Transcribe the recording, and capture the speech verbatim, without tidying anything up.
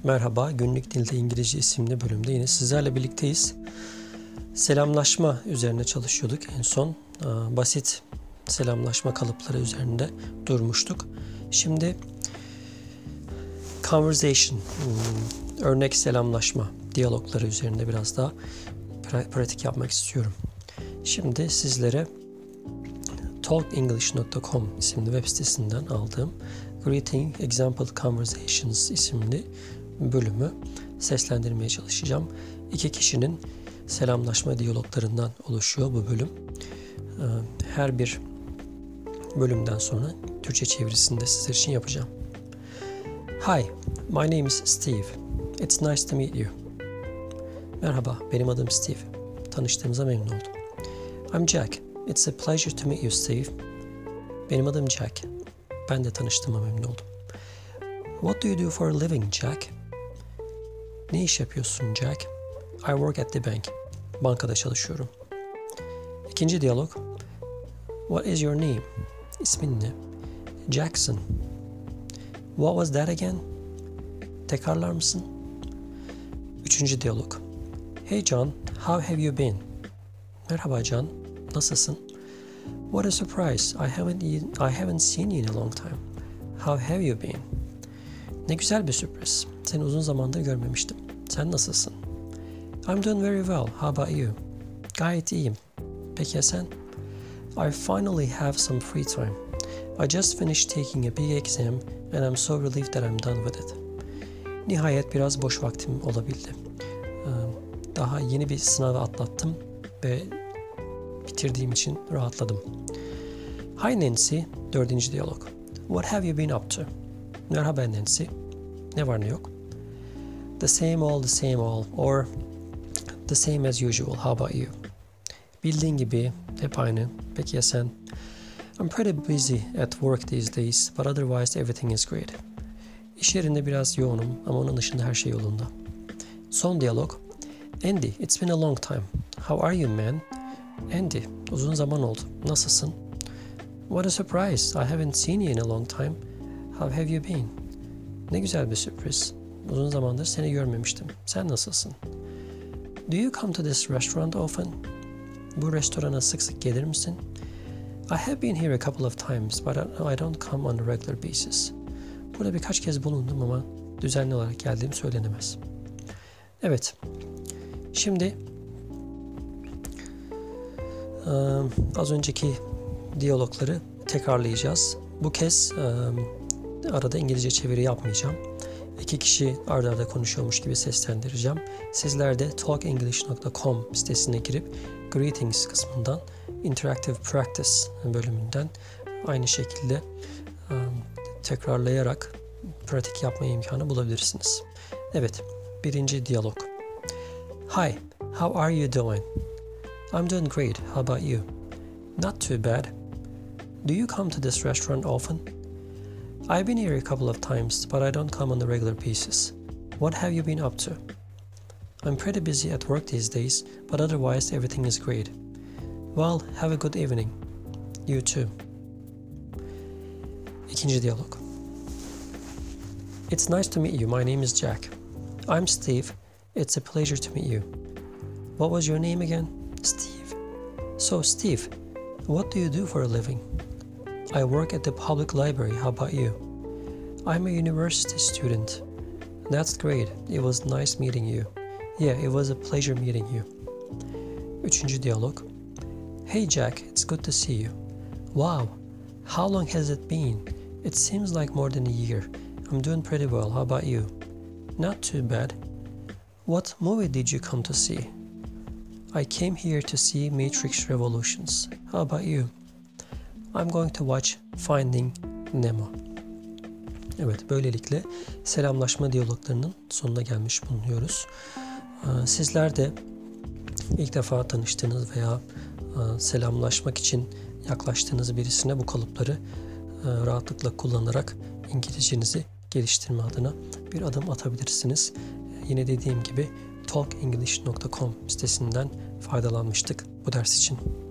Merhaba, Günlük Dilde İngilizce isimli bölümde yine sizlerle birlikteyiz. Selamlaşma üzerine çalışıyorduk en son. Basit selamlaşma kalıpları üzerinde durmuştuk. Şimdi conversation, örnek selamlaşma diyalogları üzerinde biraz daha pratik yapmak istiyorum. Şimdi sizlere talk english nokta com isimli web sitesinden aldığım Greeting Example Conversations isimli bölümü seslendirmeye çalışacağım. İki kişinin selamlaşma diyaloglarından oluşuyor bu bölüm. Her bir bölümden sonra Türkçe çevirisini de sizler için yapacağım. Hi, my name is Steve. It's nice to meet you. Merhaba, benim adım Steve. Tanıştığımıza memnun oldum. I'm Jack. It's a pleasure to meet you, Steve. Benim adım Jack. Ben de tanıştığıma memnun oldum. What do you do for a living, Jack? Ne iş yapıyorsun, Jack? I work at the bank. Bankada çalışıyorum. İkinci diyalog. What is your name? İsmin ne? Jackson. What was that again? Tekrarlar mısın? Üçüncü diyalog. Hey John, how have you been? Merhaba John, nasılsın? What a surprise! I haven't I haven't seen you in a long time. How have you been? Ne güzel bir sürpriz. Seni uzun zamandır görmemiştim. Sen nasılsın? I'm doing very well. How about you? Gayet iyiyim. Peki ya sen? I finally have some free time. I just finished taking a big exam and I'm so relieved that I'm done with it. Nihayet biraz boş vaktim olabildi. Daha yeni bir sınavı atlattım ve bitirdiğim için rahatladım. Hi Nancy, dördüncü diyalog. What have you been up to? Merhaba Nancy. Ne var ne yok? The same old, the same old, or the same as usual. How about you? Bildiğin gibi, hep aynı. Peki ya sen? I'm pretty busy at work these days, but otherwise everything is great. İş yerinde biraz yoğunum ama onun dışında her şey yolunda. Son diyalog. Andy, it's been a long time. How are you, man? Andy, uzun zaman oldu. Nasılsın? What a surprise. I haven't seen you in a long time. How have you been? Ne güzel bir sürpriz. Uzun zamandır seni görmemiştim. Sen nasılsın? Do you come to this restaurant often? Bu restorana sık sık gelir misin? I have been here a couple of times, but I don't come on a regular basis. Burada birkaç kez bulundum ama düzenli olarak geldiğim söylenemez. Evet. Şimdi az önceki diyalogları tekrarlayacağız. Bu kez arada İngilizce çeviri yapmayacağım. İki kişi arda arda konuşuyormuş gibi seslendireceğim. Sizler de talk english nokta com sitesine girip Greetings kısmından Interactive Practice bölümünden aynı şekilde tekrarlayarak pratik yapma imkanı bulabilirsiniz. Evet, birinci diyalog. Hi, how are you doing? I'm doing great. How about you? Not too bad. Do you come to this restaurant often? I've been here a couple of times, but I don't come on a regular basis. What have you been up to? I'm pretty busy at work these days, but otherwise everything is great. Well, have a good evening. You too. İkinci diyalog. It's nice to meet you. My name is Jack. I'm Steve. It's a pleasure to meet you. What was your name again? Steve. So, Steve, what do you do for a living? I work at the public library. How about you? I'm a university student. That's great. It was nice meeting you. Yeah, it was a pleasure meeting you. Üçüncü diyalog. Hey Jack, it's good to see you. Wow, how long has it been? It seems like more than a year. I'm doing pretty well. How about you? Not too bad. What movie did you come to see? I came here to see Matrix Revolutions. How about you? I'm going to watch Finding Nemo. Evet, böylelikle selamlaşma diyaloglarının sonuna gelmiş bulunuyoruz. Sizler de ilk defa tanıştığınız veya selamlaşmak için yaklaştığınız birisine bu kalıpları rahatlıkla kullanarak İngilizcenizi geliştirme adına bir adım atabilirsiniz. Yine dediğim gibi talk english nokta com sitesinden faydalanmıştık bu ders için.